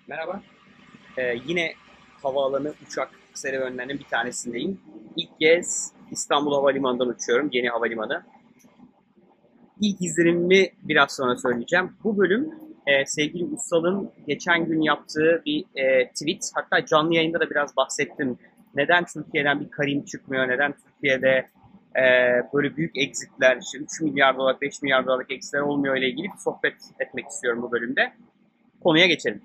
Merhaba. Yine havaalanı uçak serüvenlerinin bir tanesindeyim. İlk kez İstanbul Havalimanı'ndan uçuyorum, yeni havalimanı. İlk izlenimimi biraz sonra söyleyeceğim. Bu bölüm sevgili Ussal'ın geçen gün yaptığı bir tweet. Hatta canlı yayında da biraz bahsettim. Neden Türkiye'den bir Karim çıkmıyor, neden Türkiye'de e, böyle büyük exitler, işte 3 milyar dolar, 5 milyar dolarlık exitler olmuyor ile ilgili bir sohbet etmek istiyorum bu bölümde. Konuya geçelim.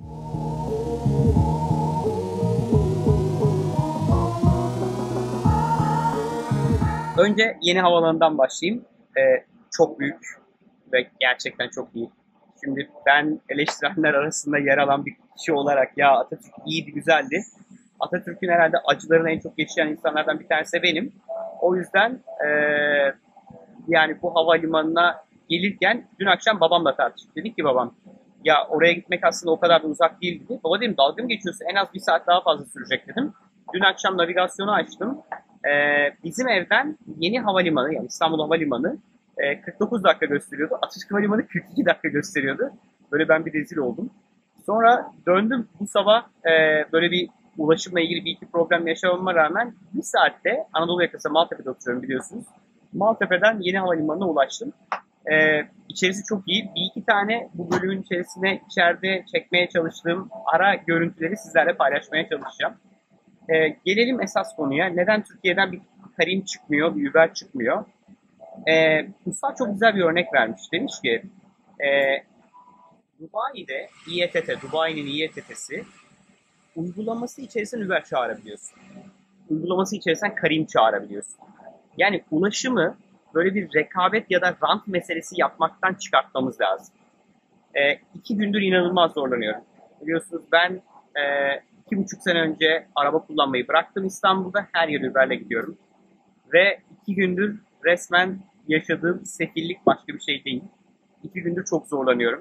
Önce yeni havalanından başlayayım. Çok büyük ve gerçekten çok iyi. Şimdi ben eleştirenler arasında yer alan bir kişi olarak ya Atatürk iyiydi, güzeldi. Atatürk'ün herhalde acılarını en çok yaşayan insanlardan bir tanesi de benim. O yüzden yani bu havalimanına gelirken dün akşam babamla tartıştık. Dedik ki babam ya oraya gitmek aslında o kadar da uzak değil dedi. Baba dedim dalga mı geçiyorsun? En az bir saat daha fazla sürecek dedim. Dün akşam navigasyonu açtım. Bizim evden yeni havalimanı yani İstanbul Havalimanı 49 dakika gösteriyordu. Atatürk Havalimanı 42 dakika gösteriyordu. Böyle ben bir rezil oldum. Sonra döndüm bu sabah böyle bir ulaşımla ilgili bir iki problem yaşamama rağmen bir saatte Anadolu yakası Maltepe'de oturuyorum biliyorsunuz. Maltepe'den yeni havalimanına ulaştım. İçerisi çok iyi. Bir iki tane bu bölümün içerisine içeride çekmeye çalıştığım ara görüntüleri sizlerle paylaşmaya çalışacağım. Gelelim esas konuya. Neden Türkiye'den bir Karim çıkmıyor, bir Uber çıkmıyor? Mustafa çok güzel bir örnek vermiş. Demiş ki e, Dubai'de İETT, Dubai'nin İETT'si uygulaması içerisinden Uber çağırabiliyorsun. Uygulaması içerisinden Karim çağırabiliyorsun. Yani ulaşımı böyle bir rekabet ya da rant meselesi yapmaktan çıkartmamız lazım. 2 gündür inanılmaz zorlanıyorum. Biliyorsunuz ben 2,5 sene önce araba kullanmayı bıraktım İstanbul'da. Her yere Uber'le gidiyorum. Ve 2 gündür resmen yaşadığım sefillik başka bir şey değil. 2 gündür çok zorlanıyorum.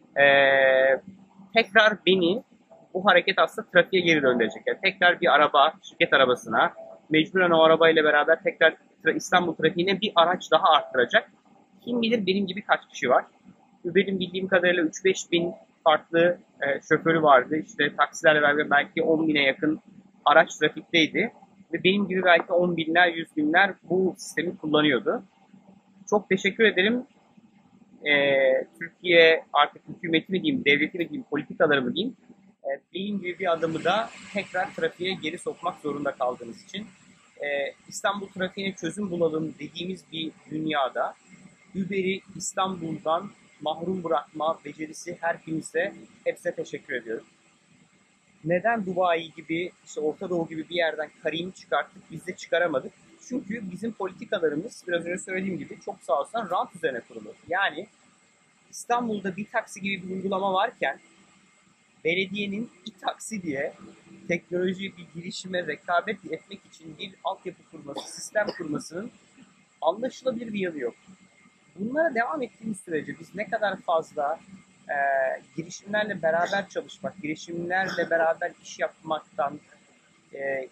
Tekrar beni bu hareket aslında trafiğe geri döndürecek. Yani tekrar bir araba, şirket arabasına, mecburen o arabayla beraber tekrar İstanbul trafiğine bir araç daha arttıracak. Kim bilir benim gibi kaç kişi var. Uber'in bildiğim kadarıyla 3-5 bin farklı şoförü vardı. İşte taksilerle beraber belki 10 bine yakın araç trafikteydi. Ve benim gibi belki 10 binler, 100 binler bu sistemi kullanıyordu. Çok teşekkür ederim. Türkiye artık hükümeti mi diyeyim, devleti mi diyeyim, politikaları mı diyeyim, benim gibi bir adamı da tekrar trafiğe geri sokmak zorunda kaldığınız için. İstanbul trafiğine çözüm bulalım dediğimiz bir dünyada Uber'i İstanbul'dan mahrum bırakma becerisi herkese hepsine teşekkür ediyorum. Neden Dubai gibi, işte Orta Doğu gibi bir yerden Karim'i çıkarttık, biz de çıkaramadık? Çünkü bizim politikalarımız biraz önce söylediğim gibi çok sağ olsun rant üzerine kurulu. Yani İstanbul'da bir taksi gibi bir uygulama varken belediyenin taksi diye teknoloji bir girişime rekabet etmek için bir altyapı kurması, sistem kurmasının anlaşılabilir bir yanı yok. Bunlara devam ettiğimiz sürece biz ne kadar fazla e, girişimlerle beraber çalışmak, girişimlerle beraber iş yapmaktan e,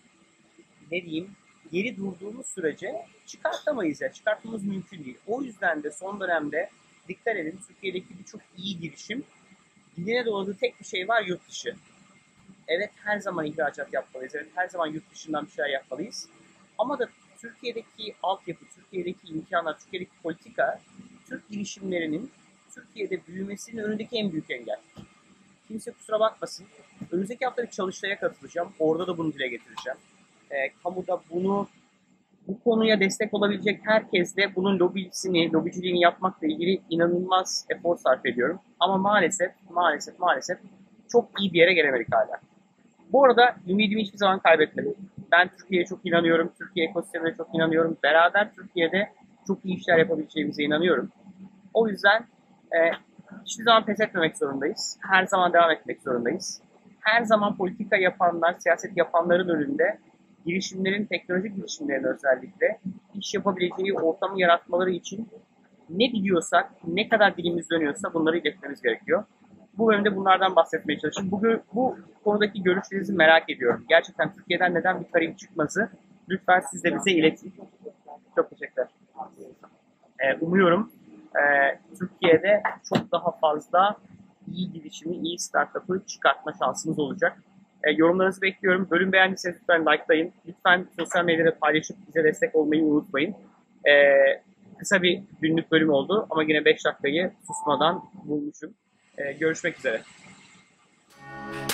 ne diyeyim geri durduğumuz sürece çıkartamayız ya. Çıkartmamız mümkün değil. O yüzden de son dönemde dikkat edin Türkiye'deki birçok iyi girişim diline doladığı tek bir şey var yurt dışı. Evet her zaman ihracat yapmalıyız. Evet her zaman yurt dışından bir şeyler yapmalıyız. Ama da Türkiye'deki altyapı, Türkiye'deki imkanlar, Türkiye'deki politika Türk girişimlerinin Türkiye'de büyümesinin önündeki en büyük engel. Kimse kusura bakmasın. Önümüzdeki hafta bir çalıştaya katılacağım. Orada da bunu dile getireceğim. Kamuda bu konuya destek olabilecek herkesle bunun lobiciliğini yapmakla ilgili inanılmaz efor sarf ediyorum. Ama maalesef çok iyi bir yere gelemedik hala. Bu arada ümidimi hiçbir zaman kaybetmedim. Ben Türkiye'ye çok inanıyorum. Türkiye ekosistemine çok inanıyorum. Beraber Türkiye'de çok iyi işler yapabileceğimize inanıyorum. O yüzden hiçbir zaman pes etmemek zorundayız. Her zaman devam etmek zorundayız. Her zaman politika yapanlar, siyaset yapanların önünde girişimlerin, teknolojik girişimlerin özellikle iş yapabileceği ortamı yaratmaları için ne biliyorsak, ne kadar dilimiz dönüyorsa bunları iletmemiz gerekiyor. Bu bölümde bunlardan bahsetmeye çalışacağım. Bugün bu konudaki görüşlerinizi merak ediyorum. Gerçekten Türkiye'den neden bir Karim çıkması? Lütfen siz de bize iletin. Çok teşekkürler. Umuyorum Türkiye'de çok daha fazla iyi girişimi, iyi startup'ı çıkartma şansınız olacak. Yorumlarınızı bekliyorum. Bölüm beğendiyseniz lütfen likelayın. Lütfen sosyal medyada paylaşıp bize destek olmayı unutmayın. Kısa bir günlük bölüm oldu ama yine 5 dakikayı susmadan bulmuşum. Görüşmek üzere.